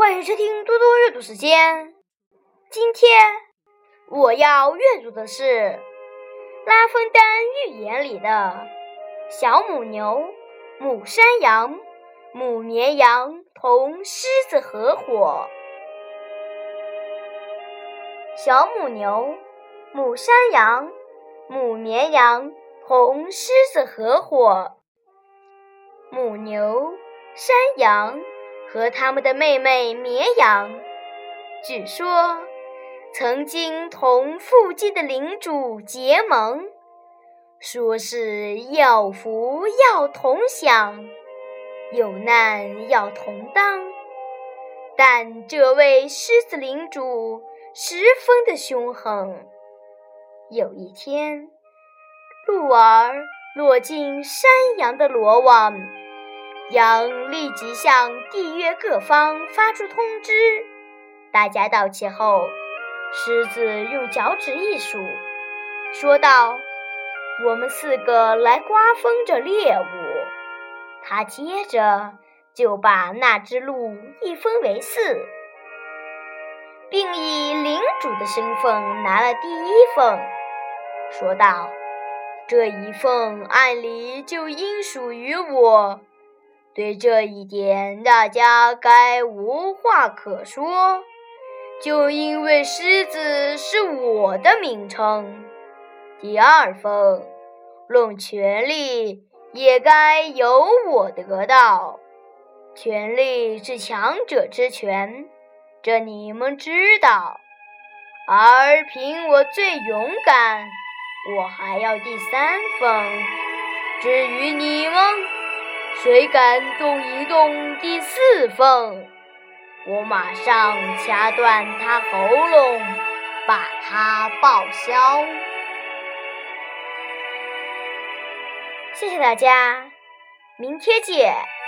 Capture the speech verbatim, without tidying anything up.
欢迎收听多多阅读时间。今天我要阅读的是《拉风丹寓言》里的小母牛、母山羊、母绵羊同狮子合伙。小母牛、母山羊、母绵羊同狮子合伙。母牛、山羊和他们的妹妹绵羊，据说曾经同附近的领主结盟，说是有福要同享，有难要同当。但这位狮子领主十分的凶狠。有一天，鹿儿落进山羊的罗网，羊立即向缔约各方发出通知。大家到齐后，狮子用脚趾一数，说道：我们四个来瓜分这猎物。他接着就把那只鹿一分为四，并以领主的身份拿了第一份，说道：这一份按理就应属于我，对这一点大家该无话可说，就因为狮子是我的名称。第二份，论权力也该由我得到，权力是强者之权，这你们知道，而凭我最勇敢，我还要第三份。至于你们，谁敢动一动第四份，我马上掐断他喉咙，把他报销。谢谢大家，明天见。